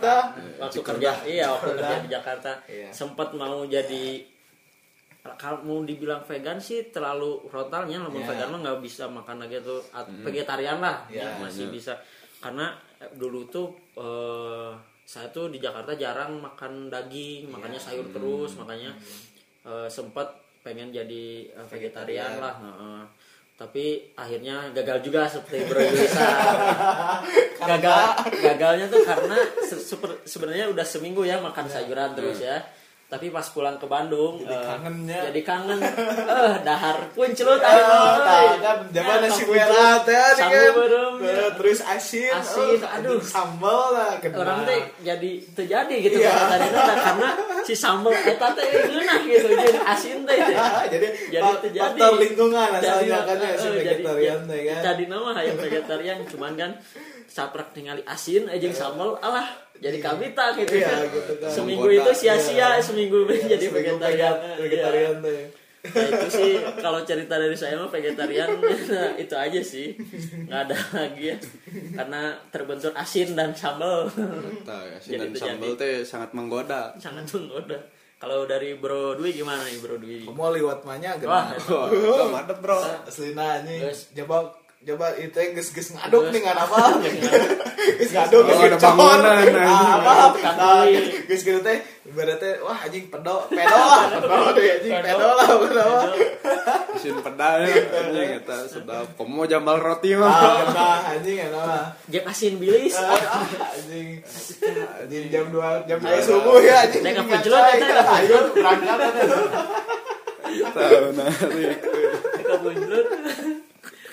di Jakarta sempat mau jadi, kalau mau dibilang vegan sih terlalu frontalnya, namun vegan mah nggak bisa makan lagi tuh vegetarian lah masih bisa, karena dulu tuh saya tuh di Jakarta jarang makan daging, makanya sayur terus, makanya sempat pengen jadi vegetarian lah. Tapi akhirnya gagal juga seperti Bro Yulisa. Gagalnya tuh karena sebenarnya udah seminggu ya makan sayuran terus ya. Tapi pas pulang ke Bandung jadi kangen dahar pun celut kan zaman nasi merah teh kan terus asin aduh sambal lah orang teh jadi terjadi gitu karena si sambal eta teh ngeunah gitu jadi asin teh jadi terjadi faktor lingkungan asalnya kan si vegetarian teh kan tadi nama hayang vegetarian cuman kan saprak ningali asin jeung sambal alah jadi kabita gitu kan. Seminggu itu sia-sia, seminggu jadi vegetarian tuh. Nah, itu sih kalau cerita dari saya mah vegetarian itu aja sih. Nggak ada lagi ya. Karena terbentur asin dan sambal. Asin dan sambal teh sangat menggoda. Sangat menggoda. Kalau dari Bro Dwi gimana nih Bro Dwi? Mau liwat mahnya Wah, mantep bro. Aslina anjing. Coba itu geus ngaduk nih ngan apa? Geus ngaduk ada bangunan apa? Geus kieu teh ibaratnya wah anjing pedo lah kenapa? Isin pedanya anjing eta sedap. Komo jambal roti mah. Anjing kenapa? Jeung asin bilis. Anjing jam 2 subuh ya anjing. Nek penjelot eta ayo berangkat Tahu nah. penjelot.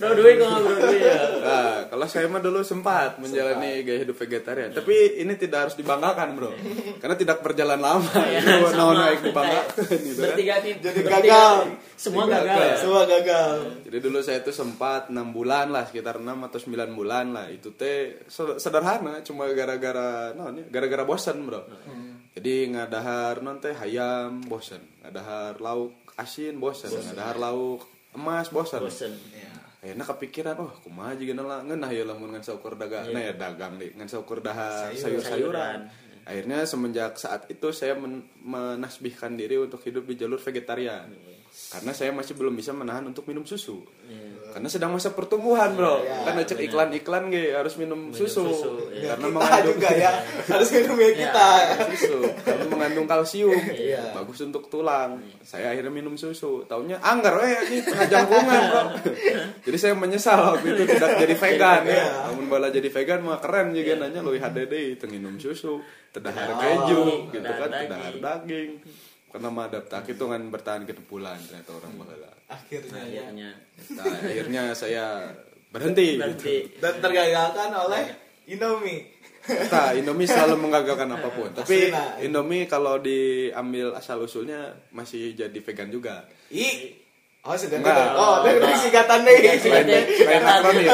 Bro Dwi kok nggak Bro Dwi ya? Nah, kalau saya mah dulu sempat menjalani gaya hidup vegetarian. Tapi ini tidak harus dibanggakan, bro. Karena tidak berjalan lama. Itu naik dibanggakan gitu kan. Bertiga nih. Jadi gagal. Semua gagal ya. Semua gagal. Jadi dulu saya tuh sempat 6 bulan lah, sekitar 6 atau 9 bulan lah. Itu teh sederhana, cuma gara-gara gara-gara bosan, bro. Jadi ngadahar non teh hayam bosan, ngadahar lauk asin bosan, ngadahar lauk emas bosan. Akhirnya kepikiran, kumaha jigana lah ngeunah ya lamun ngan saukur dagang, ya dagang deh, ngan saukur dahar sayur-sayuran. Akhirnya semenjak saat itu saya menasbihkan diri untuk hidup di jalur vegetarian. Karena saya masih belum bisa menahan untuk minum susu. Karena sedang masa pertumbuhan, bro. Kan cek iklan-iklan harus minum susu. Karena kita mengandung juga ya harus minum ya kita. Susu. Karena mengandung kalsium. Bagus untuk tulang. Saya akhirnya minum susu. Taunya anggar ini tengah jangkungan, bro. Jadi saya menyesal waktu itu tidak jadi vegan ya. Namun bala jadi vegan mah keren juga nanya lu HDD itu minum susu, terdahar keju gitu kan, terdahar daging. Karena mah adaptasi itu kan bertahan ke bulan ternyata orang bahala. Akhirnya saya berhenti. Gitu. Dan tergagalkan oleh Indomie. Nah, Indomie selalu menggagalkan apapun. Tapi Indomie kalau diambil asal usulnya masih jadi vegan juga. Enggak. Dari singkatan deh. Lain akronim.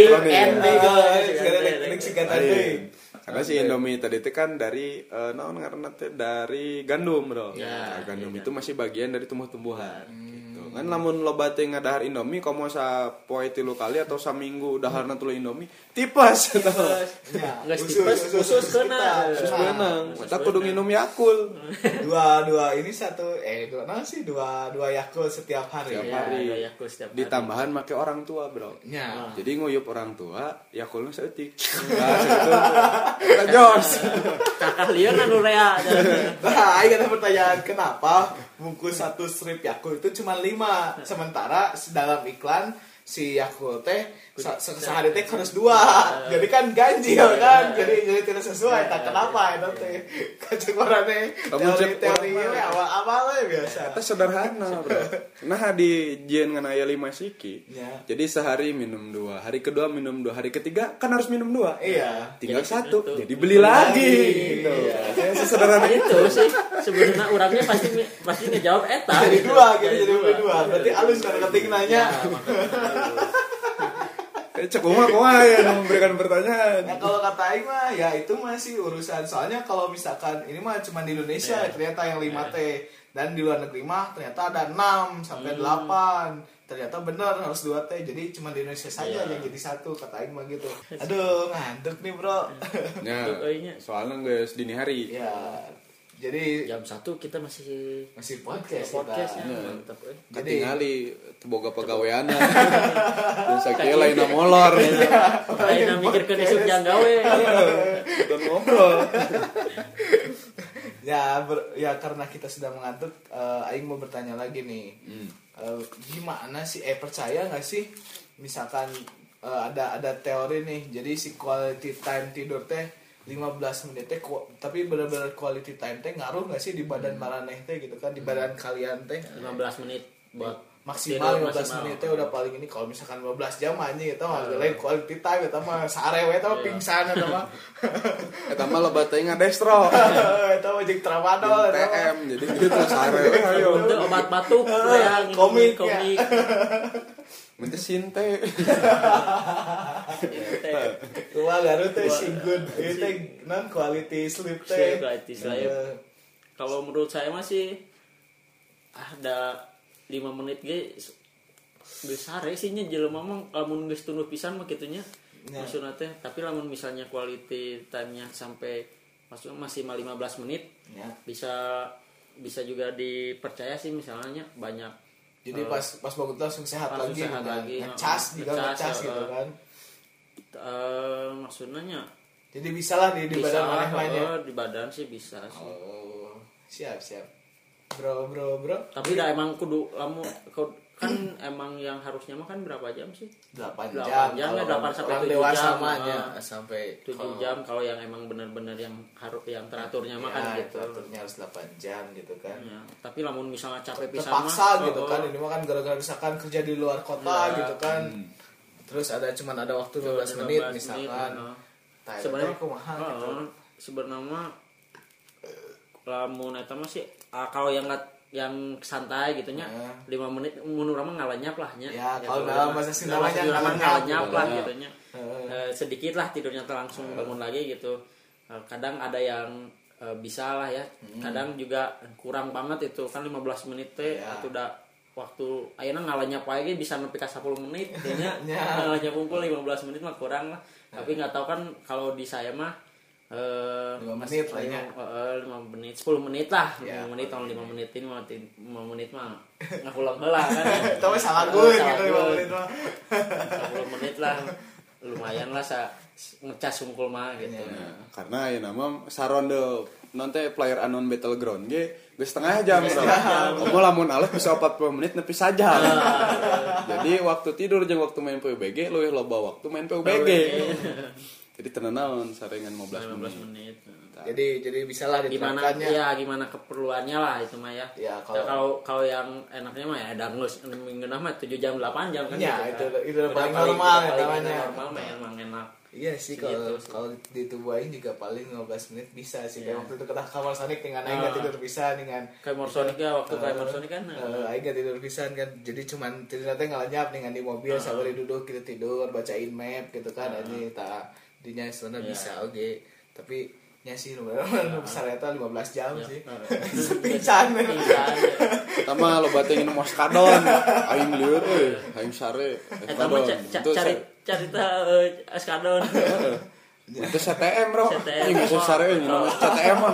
Singkatan deh. Karena si Indomie tadi itu kan dari dari gandum, bro. Gandum itu masih bagian dari tumbuh-tumbuhan. Gitu. Kan lamun loba teh ngadahar Indomie komo sapoe 3 kali atau saminggu daharna tuluy Indomie tipes. Geus tipes usus keuna. Usus benang. Mata kudu nginum Yakult. Dua ini satu dua Yakult setiap hari. Ditambahan make orang tua, bro. Jadi nguyup orang tua, Yakultna saeutik. Kita jos. Kakak lieur anu rea. Nah, ada pertanyaan kenapa bungkus satu strip Yakult itu cuma 5, sementara dalam iklan si Yakult teh sehari teh harus 2. Jadi kan ganjil kan. Jadi tidak sesuai. Tak kenapa itu teh. Kacekorane teori awal-awal biasa. Itu sederhana, bro. Nah di jieun ngan aya 5 siki. Jadi sehari minum 2, hari kedua minum 2, hari ketiga kan harus minum 2. Iya. Tinggal 1, jadi beli lagi. Gitu. Sederhana itu sih. Sebenarnya orangnya pasti ngejawab eta. Jadi 2, jadi beli 2. Berarti halus kan ketik nanya. Cek kumaha ya memberikan pertanyaan. Nah, kalau kata Aing mah ya itu masih urusan. Soalnya kalau misalkan ini mah cuma di Indonesia ternyata yang 5 T dan di luar negeri mah ternyata ada 6 sampai 8. Ternyata benar harus 2 T. Jadi cuma di Indonesia saja yang jadi 1 kata Aing mah gitu. Aduh, ngantuk nih, Bro. Ya, soalnya guys dini hari. Ya. Jadi jam 1 kita masih podcast ya. Mantap. Jadi ngali boga pagaweana. Dan sakieu lainna molor. Lainna mikirkeun isuk jang gawe. Dan ngobrol. Ya karena kita sudah mengantuk, Aing mau bertanya lagi nih. Gimana sih percaya nggak sih misalkan ada teori nih, jadi si quality time tidur teh 15 menit teh tapi benar-benar quality time teh ngaruh nggak sih di badan maraneh teh gitu kan, di badan kalian teh 15 menit buat maksimal 15 menit teh udah paling ini. Kalau misalkan 15 jam aja gitu mah lain quality time eta mah sarewe eta mah pingsan eta mah eta mah loba teh ngadestro eta mah jeung tramadol eta PM jadi gitu sarewe ayo obat batuk yang komik. mentesin teh. Wah, Garut teh si good. Itu teh non quality sleep teh. Quality sleep. Kalau menurut saya masih ada 5 menit ge besar sih nya jelema mah lamun geus tunduk pisan mah kitunya. Maksudna teh, tapi lamun misalnya quality time-nya sampai maksudnya masih 15 menit. Bisa juga dipercaya sih misalnya banyak. Jadi pas bangun langsung sehat lagi, ngecas juga ngecas gitu kan. Maksudnya jadi bisa lah di badan maneh di badan sih bisa sih. Oh, siap. Bro. Tapi dah emang kudu kan emang yang harusnya mah kan berapa jam sih? 8 jam. 8 sampai 7 jam. Sampai 7 jam kalau yang emang benar-benar yang harus yang teraturnya mah kan gitu. Teraturnya harus 8 jam gitu kan. Ya, tapi lamun misalnya capek pisan terpaksa gitu kan. Ini mah kan gara-gara misalkan kerja di luar kota gitu kan. Terus cuman ada waktu 15 menit misalkan. Sebenarnya kumaha gitu. Sebenarnya lamun eta mah sih kalau yang santai gitu nya 5 menit mun urang mah ngalanyap lah nya. Ya, kalau dalam bahasa Sunda mah ngalanyap lah gitu nya. Sedikit lah tidurnya langsung bangun lagi gitu. Kadang ada yang bisa lah ya. Kadang juga kurang banget itu kan 15 menit teh atau udah waktu ayeuna ngalanyap wae bisa nepi ka 10 menit nya. Ngalanyap unggul 15 menit mah kurang lah. Tapi enggak tahu kan kalau di saya mah 5 menit lah ya. 5 menit 10 menit lah. 5 menit atau 5 menit ini 5 menit mah ngapulang heula kan. Tapi salah gue gitu 5 menit mah. 10 menit lah. Lumayan lah ngecas sungkul mah gitu. Karena ya nama saronde nanti player unknown battleground ge geus setengah jam. Kamu lamun alef bisa 40 menit nepi saja. Jadi waktu tidur jeung waktu main PUBG leuwih loba waktu main PUBG. Jadi tenan saringan 15 menit. Jadi bisalah diterapkannya. Gimana keperluannya lah itu mah ya. Ya kalau yang enaknya mah ya dangus minggueuna mah 7 jam 8 jam kan. Ya, gitu, itu paling normal ya namanya. Normal mah emang enak. Iya sih kalau di tubuh aing juga paling 15 menit bisa sih. Kayak waktu itu ke kamar Sonic dengan aing enggak tidur pisan dengan kamar Sonic ya waktu kamar Sonic kan. Aing enggak tidur pisan kan. Jadi cuman tidurnya teh ngalanyap dengan di mobil sabari duduk kita tidur bacain map gitu kan. Ini dinya sebenarnya bisa oke. Tapi nya sih lumayan besar eta 15 jam sih. Pican. Pertama lo batin minum oskadon, aing lieur euy, aing sare. Eta mah carita oskadon. Itu CTM bro. Aing geus sare minum CTM mah.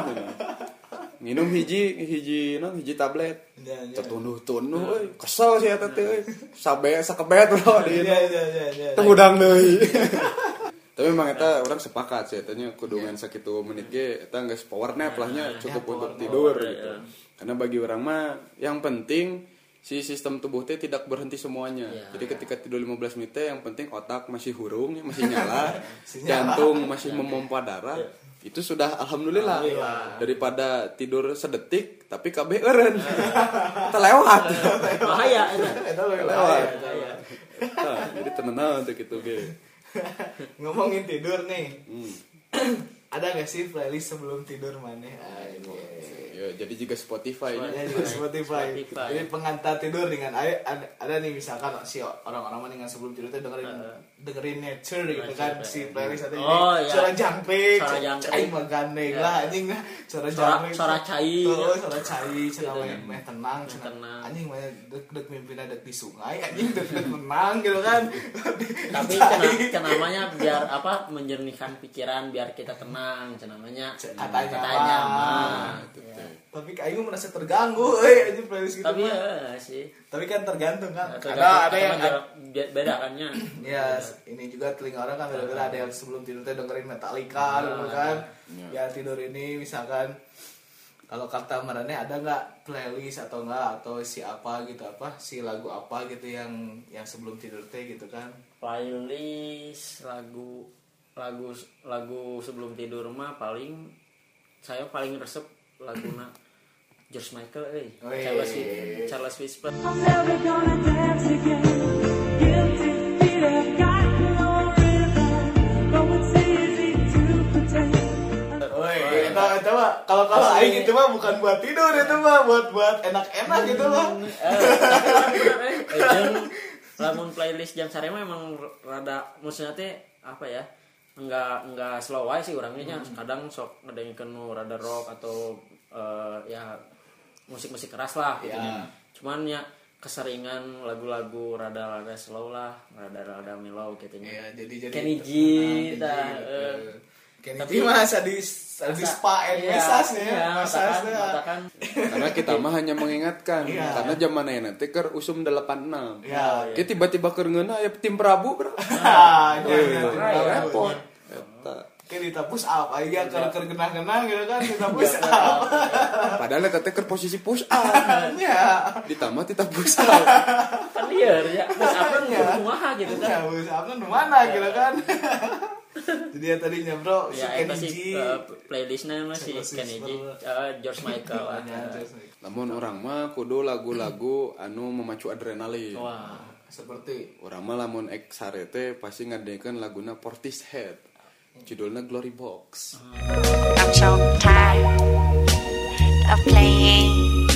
Minum hiji tablet. Tertunduh-tunduh euy, kesel sih eta teh euy. Sakebet bro di. Iya. Teu udang deui. Tapi memang eta orang sepakat sih etanya kudu ngan sakitu menit ge eta geus power nap lahnya cukup untuk tidur gitu. Karena bagi orang mah yang penting si sistem tubuh teh tidak berhenti semuanya. Jadi ketika tidur 15 menit yang penting otak masih hurung masih nyala, jantung masih memompa darah. Itu sudah alhamdulillah. Daripada tidur sedetik tapi kabeh eureun. Eta lewat. Bahaya eta lewat. Jadi tenan teh kitu ge. Ngomongin tidur nih. Ada gak sih playlist sebelum tidur maneh? Ya, jadi juga Spotify ini. Ya, juga Spotify. Jadi pengantar tidur dengan ada nih misalkan si orang-orang dengan sebelum tidur tuh dengerin nature gitu kan si playlist atau ini suara jangpik, cai magandeng lah anjing suara jangpik, suara cai, suara cai, cenah meh tenang, anjing mah deg mimpina deg di sungai anjing deg tenang gitu kan. Tapi cenamanya biar apa menjernihkan pikiran biar kita tenang cenamanya katanya mah. Tapi aing merasa terganggu anjing playlist gitu. Tapi ya sih. Tapi kan tergantung kan. Ada yang beda kan nya. Ya, ini juga telinga orang kan gara-gara ada yang sebelum tidur teh dengerin Metallica gitu kan. Ya tidur ini misalkan kalau kata marane ada enggak playlist atau enggak atau si apa gitu si lagu apa gitu yang sebelum tidur teh gitu kan. Playlist lagu sebelum tidur mah saya paling resep laguna George Michael Charles Whisper. I'm never gonna dance again. Guilty feet have got no rhythm. Though it's easy to pretend. Itu mah kalau aing itu mah bukan buat tidur itu mah buat enak-enak gitu mah. Lamun playlist jam sare mah emang rada maksudnya teh apa ya? Enggak slow aja sih orangnya. Kadang sok ngedengkeun rada rock atau ya musik-musik keras lah gitu ya. Cuman ya keseringan lagu-lagu rada slow lah, rada mellow gitu nya. Iya, jadi Kenny G tapi mah sadis spa and massage ya. Katakan karena kita mah hanya mengingatkan karena zaman ayeuna teh keur usum 86. Iya. Kita tiba-tiba keur ngeuna ya tim Prabu, Bro. Repot. Eta. Kayak ditapus up aja keur genah-genah gitu kan ditapus up. Padahal eta teh keur posisi push up. Nya. Ditambah kita push up. Kan liar ya. Push up kan kumaha gitu kan. Ya, push up kan mana gitu kan. Jadi ya tadinya bro si Kenny G playlistnya mah si Kenny G George Michael lah. Namun orang mah kudu lagu-lagu anu memacu adrenalin. Wah, Seperti Urang mah lamun ek sare teh pasti ngadengekeun laguna Portishead. Judulnya Glory Box. I'm so tired of playing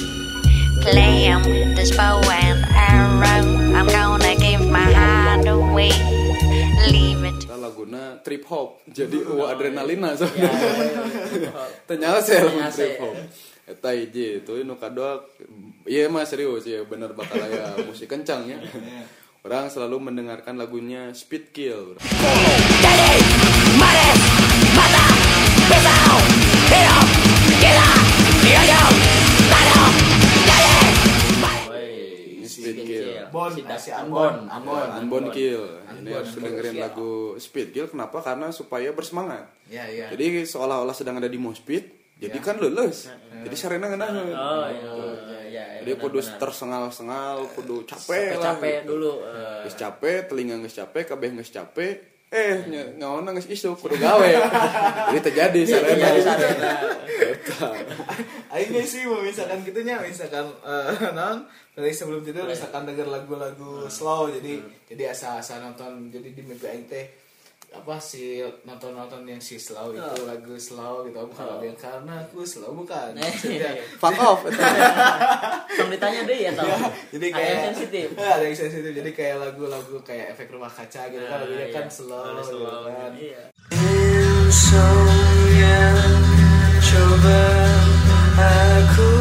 with this bow and arrow. I'm gonna give my heart away. Leave it. Kita laguna trip hop. Jadi adrenalina soalnya. Ternyata saya lamun trip hop. Eta hiji itu nu kadua ieu mah serius ya bener bakal aya musik kencang ya. Orang selalu mendengarkan lagunya Speed Kill. Speed Kill. Unbound Kill. Ini harus dengerin lagu Speed Kill. Kenapa? Karena supaya bersemangat. ya. Jadi seolah-olah sedang ada di mosh pit. Jadi kan lulus. Jadi sarena ngeunaheun. Oh iya. Jadi kudu tersengal-sengal, kudu capek lah. Capek dulu. Geus capek, telinga geus capek, kabeh geus capek. Ngaonna geus isuk kudu gawe. Jadi terjadi sarena. Aing sih mau misalkan gitunya, misalkan non dari sebelum tidur misalkan denger lagu-lagu slow, jadi asa nonton, jadi di mimpi aing teh apa sih nonton yang si slow itu lagu slow gitu, bukan yang karena aku slow bukan. Fuck off. Tong ditanya deh ya tahu. Jadi Ada kayak yang sensitif. ada yang sensitif, jadi kayak lagu-lagu kayak Efek Rumah Kaca gitu kan, lagunya kan Iya. slow Ada gitu kan. Iya. Insomnia coba aku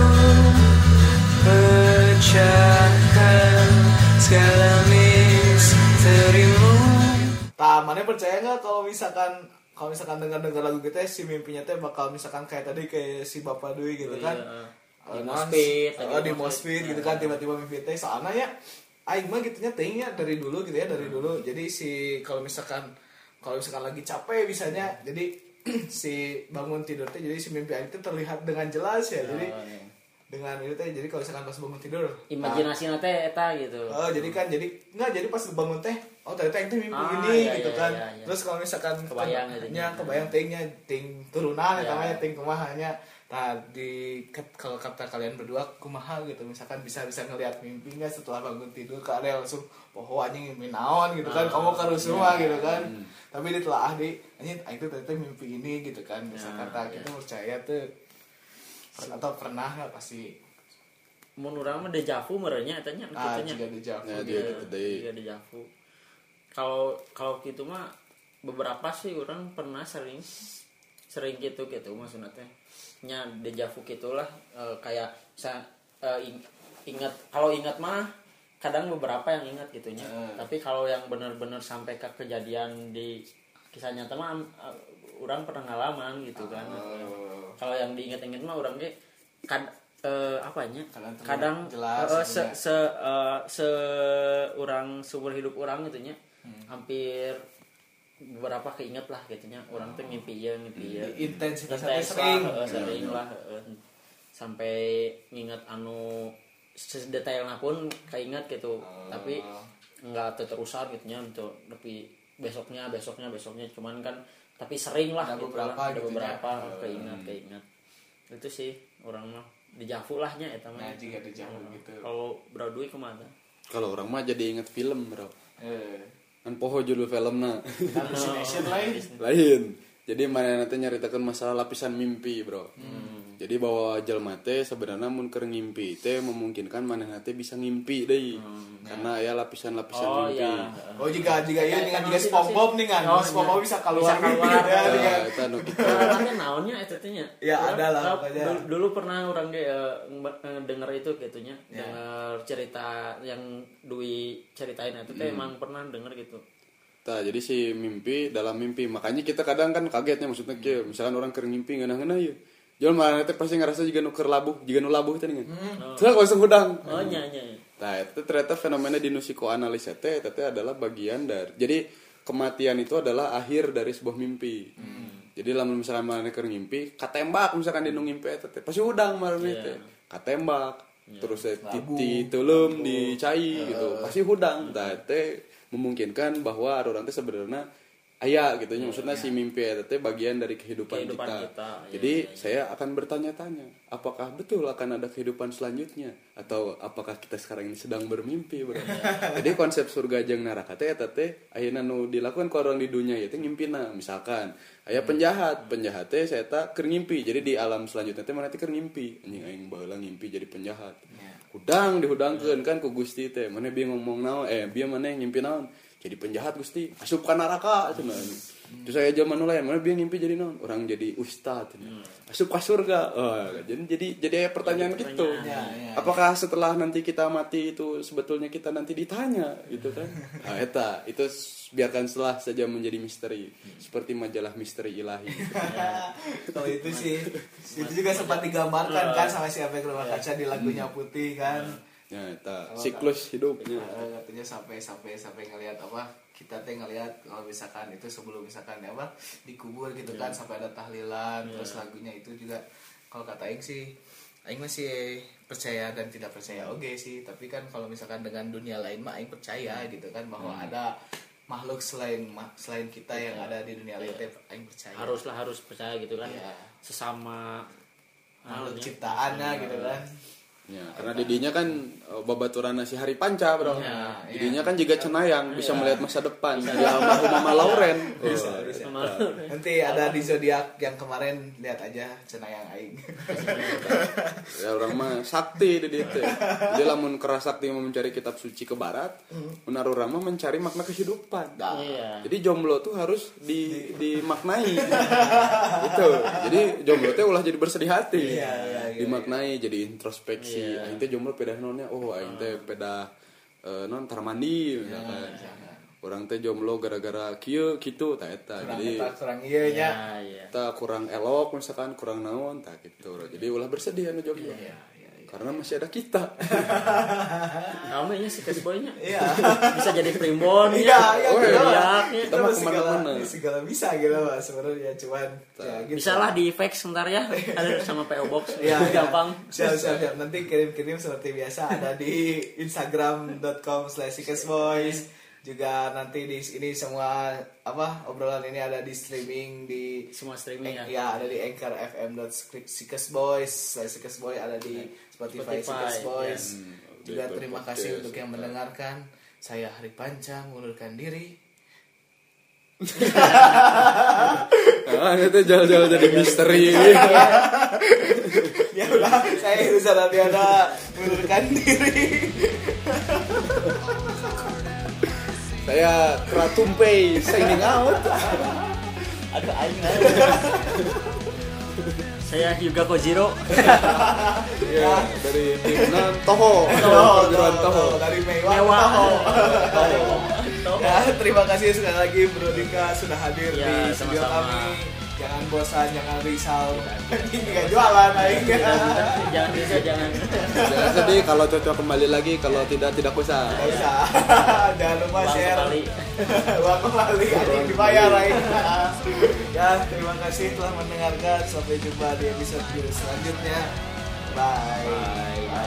pecahkan segala misterimu. Mana percaya nggak kalau misalkan dengar lagu gitu si mimpinya teh bakal misalkan kayak tadi kayak si Bapak Dwi gitu kan. Di moshpit, di moshpit gitu kan, tiba-tiba mimpi teh soalnya ya aing mah gitunya tehnya dari dulu gitu ya, dari dulu. Jadi si kalau misalkan lagi capek bisanya jadi si bangun tidur teh, jadi si mimpi aing teh terlihat dengan jelas ya. Jadi dengan itu teh, jadi kalau misalkan pas bangun tidur Imajinasi teh eta gitu. jadi pas bangun teh ternyata itu mimpi Iya, gitu iya, kan. iya. Terus kalau misalkan Kebayang gitu. kebayang ting turunan Iya. namanya ting kumahanya. Nah, kalau kata kalian berdua kumaha gitu, misalkan bisa ngelihat mimpi nggak setelah bangun tidur ke area langsung anjing mimpi naon gitu kan, kamu karusua gitu kan. Tapi ditelaah di anjing itu ternyata mimpi ini gitu kan. Misalkan kita percaya tuh atau pernah nggak pasti Mun urang mah deja vu merenya etanya kitanya. juga deja vu Ya, gitu. dia gitu deh. Iya deja vu. Kalau gitu mah beberapa sih orang pernah sering gitu maksudnya teh. Nya deja vu gitulah kayak ingat, kalau ingat mah kadang beberapa yang ingat gitunya. Tapi kalau yang benar-benar sampai ke kejadian di kisah nyata mah orang pernah ngalaman gitu kan. Kalau yang diingat-ingat mah orang ge apanya kadang jelas, orang seumur hidup orang gitunya hampir beberapa keinget lah gitunya orang tuh ngimpi ya intensitasnya sering lah sampai nginget anu sedetailnya pun keinget gitu tapi nggak terusan gitunya untuk tapi besoknya cuman kan tapi sering lah ada gitu beberapa lah, ada gitu beberapa ya. keinget itu sih orang mah dejavu lahnya eta mah. Nah, jika deja vu gitu. Kalau Broadway kemana? Kalau orang mah jadi inget film, bro. Kan Kan poho judul filmna. hallucination lain. Lain. Jadi mana nanti nyaritakan masalah lapisan mimpi, bro. Jadi bahwa jelma teh sebenarnya mun keur ngimpi teh memungkinkan mana nanti bisa ngimpi deui. Karena ya lapisan-lapisan mimpi. Iya. Jika ieu dengan jika SpongeBob nih kan. SpongeBob bisa keluar mimpi keluar. ya. Eta nu kitu. Namanya naonnya eta teh nya? Ya, ada lah pokoknya. Dulu pernah orang ge denger itu gitunya, denger cerita yang Dwi ceritain itu teh emang pernah denger gitu. Nah, jadi si mimpi dalam mimpi. Makanya kita kadang kan kagetnya maksudnya kieu. Misalkan orang keur ngimpi ngeunah-ngeunah ieu. Jual mana teh pasti ngerasa juga nu keur labuh, juga nu labuh teh kan. Terus langsung hudang. Oh nya. Nah, itu ternyata fenomena di psikoanalisa teh adalah bagian dari. Jadi kematian itu adalah akhir dari sebuah mimpi. Jadi lamun misalkan mana keur ngimpi, katembak misalkan di nu ngimpi eta teh pasti hudang marane teh. Katembak. Terus titi teuleum dicai gitu. Pasti hudang. Nah, teh memungkinkan bahwa orang teh sebenarnya aya gitu nya, maksudnya si mimpi eta teh bagian dari kehidupan Kehidupan kita. kita, iya, Jadi iya. saya akan bertanya-tanya, apakah betul akan ada kehidupan selanjutnya atau apakah kita sekarang ini sedang bermimpi, bro. Jadi konsep surga jeung neraka teh eta teh ayeuna nu dilakukan ku orang di dunia ieu teh ngimpina. Misalkan aya penjahat teh saya eta keur ngimpi. Jadi di alam selanjutnya teh mana teh keur ngimpi. Anjing aing baheula ngimpi jadi penjahat. Hudang dihudangkeun kan ku Gusti teh. Mana bieu ngomong naon bieu maneh ngimpi naon? Jadi penjahat Gusti, asup ka neraka cenah. Terus saya zaman lain, mana bieu ngimpi jadi naon? Orang jadi ustad cenah. Asup ka surga. Oh, jadi aya pertanyaan gitu. Apakah setelah nanti kita mati itu sebetulnya kita nanti ditanya gitu kan? Nah, eta itu biarkan setelah saja menjadi misteri seperti majalah misteri ilahi. Kalau itu sih itu juga sempat digambarkan kan sama si Efek Rumah Kaca di lagunya Putih kan. Ya, eta siklus hidup. Katanya sampai ngelihat apa kita teh ngelihat kalau misalkan itu sebelum misalkan apa dikubur gitu kan sampai ada tahlilan terus lagunya itu juga kalau kata Aing sih Aing masih percaya dan tidak percaya oke sih, tapi kan kalau misalkan dengan dunia lain mah Aing percaya gitu kan bahwa ada makhluk selain kita yang ada di dunia lain teh Aing percaya. Harus percaya gitu kan. Iya. Sesama Makhluk ciptaannya gitu kan. Ya, karena didinya kan babaturanna si Hari Panca, bro. Ya, Didinya kan juga cenayang bisa melihat masa depan. Ya almarhum Mama Lauren. Bisa. Nanti ada di zodiak yang kemarin lihat aja cenayang Aing. Ya orang mah sakti di dieu teh. Jadi lamun keras sakti mau mencari kitab suci ke barat, mun urang mah mencari makna kehidupan. Iya. Jadi jomblo tuh harus dimaknai. Gitu. Jadi jomblo teh ulah jadi bersedih hati. Dimaknai jadi introspeksi. Aing teh jomblo pedah naonnya? Oh, aing teh pedah non tar mandi misalkan. Orang teh jomblo gara-gara kieu kitu tah eta. Jadi kurang ieu nya. kita kurang elok misalkan kurang naon tah gitu. Jadi ulah bersedih anu jomblo. Karena masih ada kita. Namanya si Casboy-nya. Iya. Bisa jadi primbon Iya, ya. Kita mah kemana-mana. Segala bisa gitu Mas sebenarnya cuman ya gitu. Bisa lah di fax sebentar ya. Ada sama PO Box. Iya, Gampang. Siap. Nanti kirim-kirim seperti biasa ada di instagram.com/sikesboys. Juga nanti di ini semua obrolan ini ada di streaming di Semua streaming ya. Ya, ada di Anchor FM.sikesboys, Sikesboy ada di Spotify Sikesboys. Juga terima kasih untuk yang mendengarkan. Saya Hari Panca mengundurkan diri. Itu jauh-jauh jadi misteri. Ya udah, saya Hirza Radiana mengundurkan diri. Saya Kratumpei signing out. Ada aing. Saya Hyuga Kojiro. Ya, dari tim Toho. Perguruan Toho. Dari Mewah. Ya, terima kasih sekali lagi Bro Dika sudah hadir Ya, di studio sama-sama. kami. Jangan bosan, jangan risau. Ini enggak jualan aing. Jangan bisa jangan. Jangan sedih kalau cocok kembali lagi, kalau tidak usah. Enggak usah. Jangan lupa Uang share. sekali. Uang kembali anjing dibayar aing. Ya, terima kasih telah mendengarkan. Sampai jumpa di episode selanjutnya. Bye.